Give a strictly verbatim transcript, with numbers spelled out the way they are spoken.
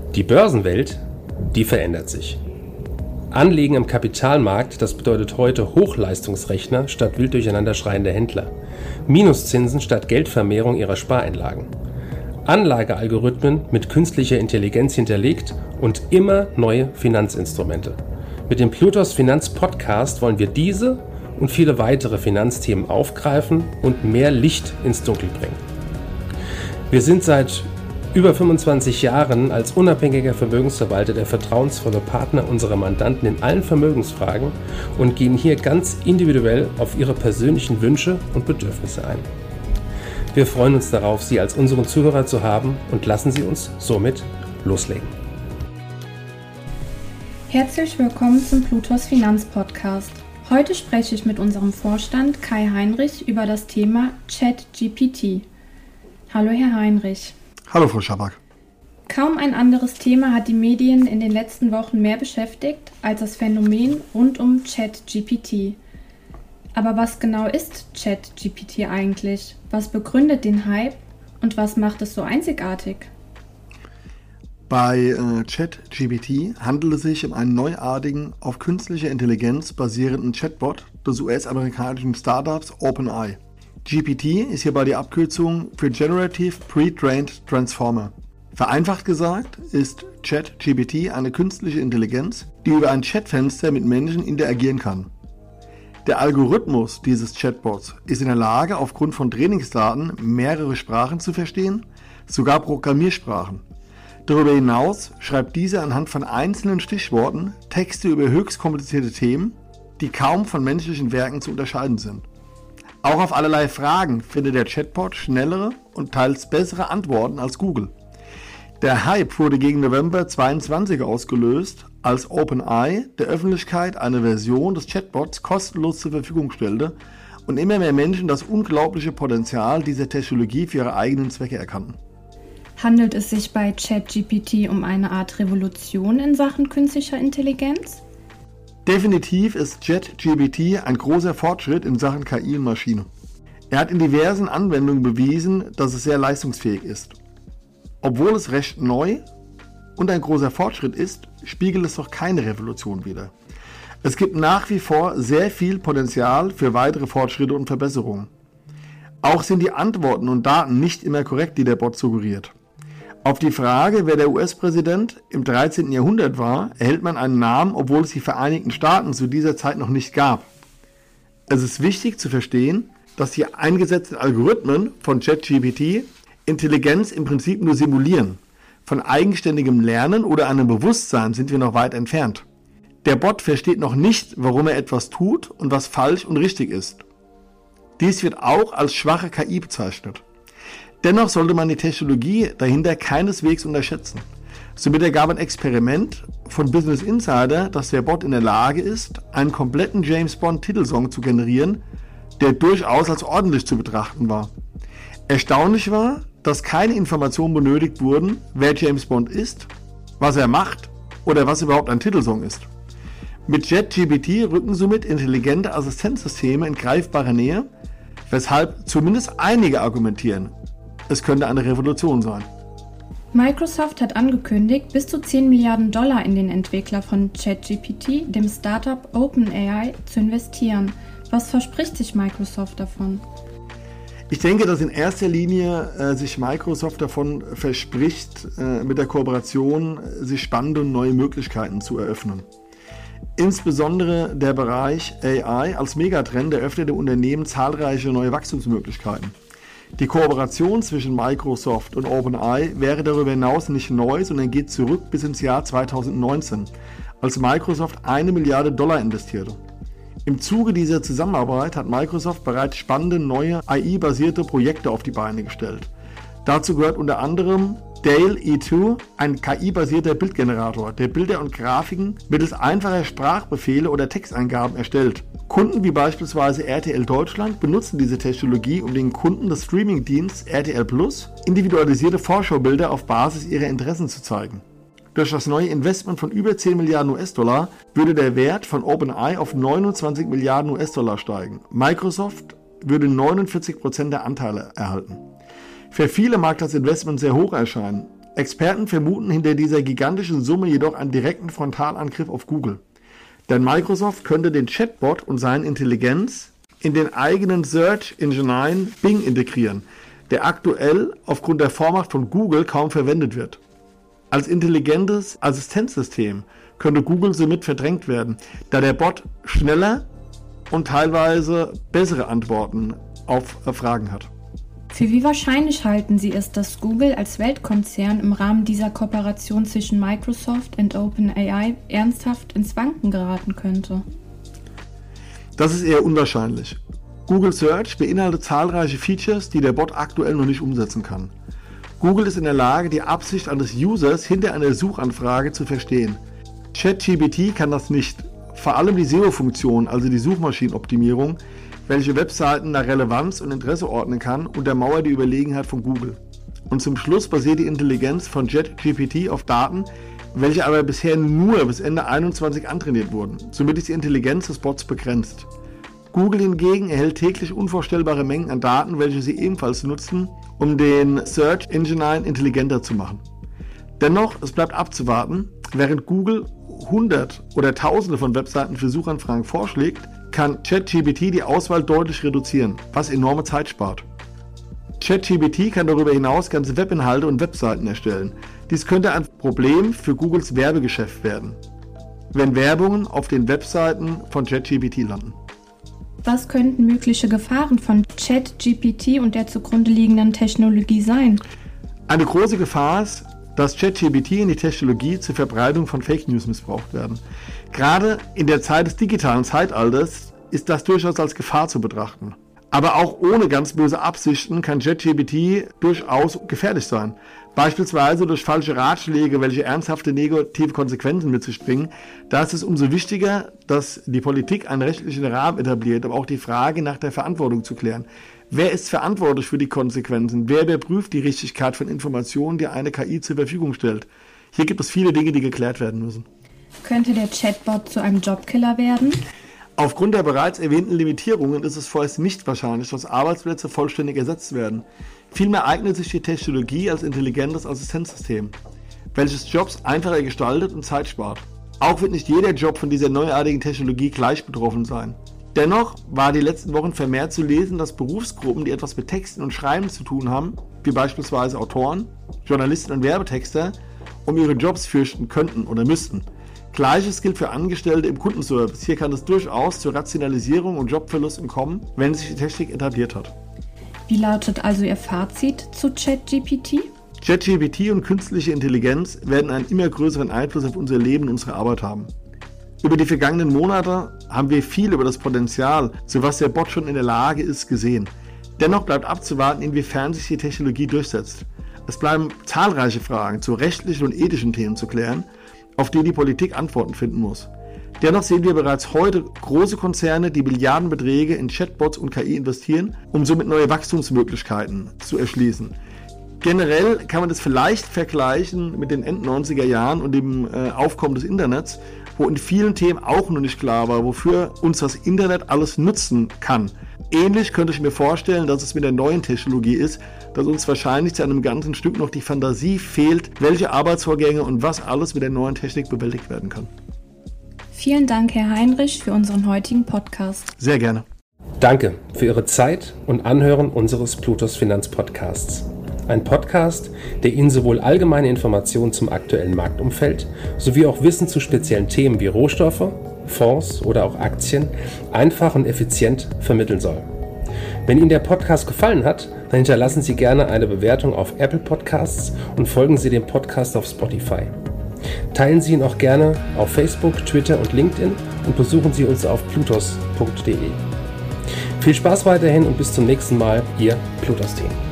Die Börsenwelt, die verändert sich. Anlegen am Kapitalmarkt, das bedeutet heute Hochleistungsrechner statt wild durcheinander schreiende Händler. Minuszinsen statt Geldvermehrung ihrer Spareinlagen. Anlagealgorithmen mit künstlicher Intelligenz hinterlegt und immer neue Finanzinstrumente. Mit dem Plutos Finanz Podcast wollen wir diese und viele weitere Finanzthemen aufgreifen und mehr Licht ins Dunkel bringen. Wir sind seit über fünfundzwanzig Jahren als unabhängiger Vermögensverwalter der vertrauensvolle Partner unserer Mandanten in allen Vermögensfragen und gehen hier ganz individuell auf ihre persönlichen Wünsche und Bedürfnisse ein. Wir freuen uns darauf, Sie als unseren Zuhörer zu haben und lassen Sie uns somit loslegen. Herzlich willkommen zum Plutos Finanz Podcast. Heute spreche ich mit unserem Vorstand Kai Heinrich über das Thema ChatGPT. Hallo Herr Heinrich. Hallo Frau Schabak. Kaum ein anderes Thema hat die Medien in den letzten Wochen mehr beschäftigt als das Phänomen rund um ChatGPT. Aber was genau ist ChatGPT eigentlich? Was begründet den Hype und was macht es so einzigartig? Bei äh, ChatGPT handelt es sich um einen neuartigen, auf künstlicher Intelligenz basierenden Chatbot des U S-amerikanischen Startups OpenAI. G P T ist hierbei die Abkürzung für Generative Pre-trained Transformer. Vereinfacht gesagt ist ChatGPT eine künstliche Intelligenz, die über ein Chatfenster mit Menschen interagieren kann. Der Algorithmus dieses Chatbots ist in der Lage, aufgrund von Trainingsdaten mehrere Sprachen zu verstehen, sogar Programmiersprachen. Darüber hinaus schreibt dieser anhand von einzelnen Stichworten Texte über höchst komplizierte Themen, die kaum von menschlichen Werken zu unterscheiden sind. Auch auf allerlei Fragen findet der Chatbot schnellere und teils bessere Antworten als Google. Der Hype wurde gegen November zweiundzwanzig ausgelöst, als OpenAI der Öffentlichkeit eine Version des Chatbots kostenlos zur Verfügung stellte und immer mehr Menschen das unglaubliche Potenzial dieser Technologie für ihre eigenen Zwecke erkannten. Handelt es sich bei ChatGPT um eine Art Revolution in Sachen künstlicher Intelligenz? Definitiv ist ChatGPT ein großer Fortschritt in Sachen K I und Maschine. Er hat in diversen Anwendungen bewiesen, dass es sehr leistungsfähig ist. Obwohl es recht neu und ein großer Fortschritt ist, spiegelt es doch keine Revolution wider. Es gibt nach wie vor sehr viel Potenzial für weitere Fortschritte und Verbesserungen. Auch sind die Antworten und Daten nicht immer korrekt, die der Bot suggeriert. Auf die Frage, wer der U S-Präsident im dreizehnten Jahrhundert war, erhält man einen Namen, obwohl es die Vereinigten Staaten zu dieser Zeit noch nicht gab. Es ist wichtig zu verstehen, dass die eingesetzten Algorithmen von ChatGPT Intelligenz im Prinzip nur simulieren. Von eigenständigem Lernen oder einem Bewusstsein sind wir noch weit entfernt. Der Bot versteht noch nicht, warum er etwas tut und was falsch und richtig ist. Dies wird auch als schwache K I bezeichnet. Dennoch sollte man die Technologie dahinter keineswegs unterschätzen. Somit ergab ein Experiment von Business Insider, dass der Bot in der Lage ist, einen kompletten James Bond Titelsong zu generieren, der durchaus als ordentlich zu betrachten war. Erstaunlich war, dass keine Informationen benötigt wurden, wer James Bond ist, was er macht oder was überhaupt ein Titelsong ist. Mit ChatGPT rücken somit intelligente Assistenzsysteme in greifbare Nähe, weshalb zumindest einige argumentieren, es könnte eine Revolution sein. Microsoft hat angekündigt, bis zu zehn Milliarden Dollar in den Entwickler von ChatGPT, dem Startup OpenAI, zu investieren. Was verspricht sich Microsoft davon? Ich denke, dass in erster Linie äh, sich Microsoft davon verspricht, äh, mit der Kooperation äh, sich spannende und neue Möglichkeiten zu eröffnen. Insbesondere der Bereich A I als Megatrend eröffnet dem Unternehmen zahlreiche neue Wachstumsmöglichkeiten. Die Kooperation zwischen Microsoft und OpenAI wäre darüber hinaus nicht neu, sondern geht zurück bis ins Jahr zweitausendneunzehn, als Microsoft eine Milliarde Dollar investierte. Im Zuge dieser Zusammenarbeit hat Microsoft bereits spannende neue A I-basierte Projekte auf die Beine gestellt. Dazu gehört unter anderem Dale E zwei, ein K I-basierter Bildgenerator, der Bilder und Grafiken mittels einfacher Sprachbefehle oder Texteingaben erstellt. Kunden wie beispielsweise R T L Deutschland benutzen diese Technologie, um den Kunden des Streamingdienstes R T L Plus individualisierte Vorschaubilder auf Basis ihrer Interessen zu zeigen. Durch das neue Investment von über zehn Milliarden U S-Dollar würde der Wert von OpenAI auf neunundzwanzig Milliarden U S-Dollar steigen. Microsoft würde neunundvierzig Prozent der Anteile erhalten. Für viele mag das Investment sehr hoch erscheinen. Experten vermuten hinter dieser gigantischen Summe jedoch einen direkten Frontalangriff auf Google. Denn Microsoft könnte den Chatbot und seine Intelligenz in den eigenen Search Engine Bing integrieren, der aktuell aufgrund der Vormacht von Google kaum verwendet wird. Als intelligentes Assistenzsystem könnte Google somit verdrängt werden, da der Bot schneller und teilweise bessere Antworten auf Fragen hat. Für wie wahrscheinlich halten Sie es, dass Google als Weltkonzern im Rahmen dieser Kooperation zwischen Microsoft und OpenAI ernsthaft ins Wanken geraten könnte? Das ist eher unwahrscheinlich. Google Search beinhaltet zahlreiche Features, die der Bot aktuell noch nicht umsetzen kann. Google ist in der Lage, die Absicht eines Users hinter einer Suchanfrage zu verstehen. ChatGPT kann das nicht. Vor allem die S E O-Funktion, also die Suchmaschinenoptimierung, welche Webseiten nach Relevanz und Interesse ordnen kann, untermauert die Überlegenheit von Google. Und zum Schluss basiert die Intelligenz von ChatGPT auf Daten, welche aber bisher nur bis Ende einundzwanzig antrainiert wurden. Somit ist die Intelligenz des Bots begrenzt. Google hingegen erhält täglich unvorstellbare Mengen an Daten, welche sie ebenfalls nutzen, um den Search Engine intelligenter zu machen. Dennoch, es bleibt abzuwarten, während Google hundert oder tausende von Webseiten für Suchanfragen vorschlägt, kann ChatGPT die Auswahl deutlich reduzieren, was enorme Zeit spart. ChatGPT kann darüber hinaus ganze Webinhalte und Webseiten erstellen. Dies könnte ein Problem für Googles Werbegeschäft werden, wenn Werbungen auf den Webseiten von ChatGPT landen. Was könnten mögliche Gefahren von ChatGPT und der zugrunde liegenden Technologie sein? Eine große Gefahr ist, dass ChatGPT und die Technologie zur Verbreitung von Fake News missbraucht werden. Gerade in der Zeit des digitalen Zeitalters ist das durchaus als Gefahr zu betrachten. Aber auch ohne ganz böse Absichten kann ChatGPT durchaus gefährlich sein. Beispielsweise durch falsche Ratschläge, welche ernsthafte negative Konsequenzen mit sich bringen. Da ist es umso wichtiger, dass die Politik einen rechtlichen Rahmen etabliert, aber auch die Frage nach der Verantwortung zu klären. Wer ist verantwortlich für die Konsequenzen? Wer überprüft die Richtigkeit von Informationen, die eine K I zur Verfügung stellt? Hier gibt es viele Dinge, die geklärt werden müssen. Könnte der Chatbot zu einem Jobkiller werden? Aufgrund der bereits erwähnten Limitierungen ist es vorerst nicht wahrscheinlich, dass Arbeitsplätze vollständig ersetzt werden. Vielmehr eignet sich die Technologie als intelligentes Assistenzsystem, welches Jobs einfacher gestaltet und Zeit spart. Auch wird nicht jeder Job von dieser neuartigen Technologie gleich betroffen sein. Dennoch war die letzten Wochen vermehrt zu lesen, dass Berufsgruppen, die etwas mit Texten und Schreiben zu tun haben, wie beispielsweise Autoren, Journalisten und Werbetexter, um ihre Jobs fürchten könnten oder müssten. Gleiches gilt für Angestellte im Kundenservice. Hier kann es durchaus zur Rationalisierung und Jobverlusten kommen, wenn sich die Technik etabliert hat. Wie lautet also Ihr Fazit zu ChatGPT? ChatGPT und künstliche Intelligenz werden einen immer größeren Einfluss auf unser Leben und unsere Arbeit haben. Über die vergangenen Monate haben wir viel über das Potenzial, zu was der Bot schon in der Lage ist, gesehen. Dennoch bleibt abzuwarten, inwiefern sich die Technologie durchsetzt. Es bleiben zahlreiche Fragen zu rechtlichen und ethischen Themen zu klären, auf die die Politik Antworten finden muss. Dennoch sehen wir bereits heute große Konzerne, die Milliardenbeträge in Chatbots und K I investieren, um somit neue Wachstumsmöglichkeiten zu erschließen. Generell kann man das vielleicht vergleichen mit den End-neunziger Jahren und dem äh, Aufkommen des Internets, wo in vielen Themen auch noch nicht klar war, wofür uns das Internet alles nutzen kann. Ähnlich könnte ich mir vorstellen, dass es mit der neuen Technologie ist, dass uns wahrscheinlich zu einem ganzen Stück noch die Fantasie fehlt, welche Arbeitsvorgänge und was alles mit der neuen Technik bewältigt werden kann. Vielen Dank, Herr Heinrich, für unseren heutigen Podcast. Sehr gerne. Danke für Ihre Zeit und Anhören unseres Plutos Finanzpodcasts. Ein Podcast, der Ihnen sowohl allgemeine Informationen zum aktuellen Marktumfeld sowie auch Wissen zu speziellen Themen wie Rohstoffe, Fonds oder auch Aktien einfach und effizient vermitteln soll. Wenn Ihnen der Podcast gefallen hat, dann hinterlassen Sie gerne eine Bewertung auf Apple Podcasts und folgen Sie dem Podcast auf Spotify. Teilen Sie ihn auch gerne auf Facebook, Twitter und LinkedIn und besuchen Sie uns auf plutos punkt de. Viel Spaß weiterhin und bis zum nächsten Mal, Ihr Plutos-Team.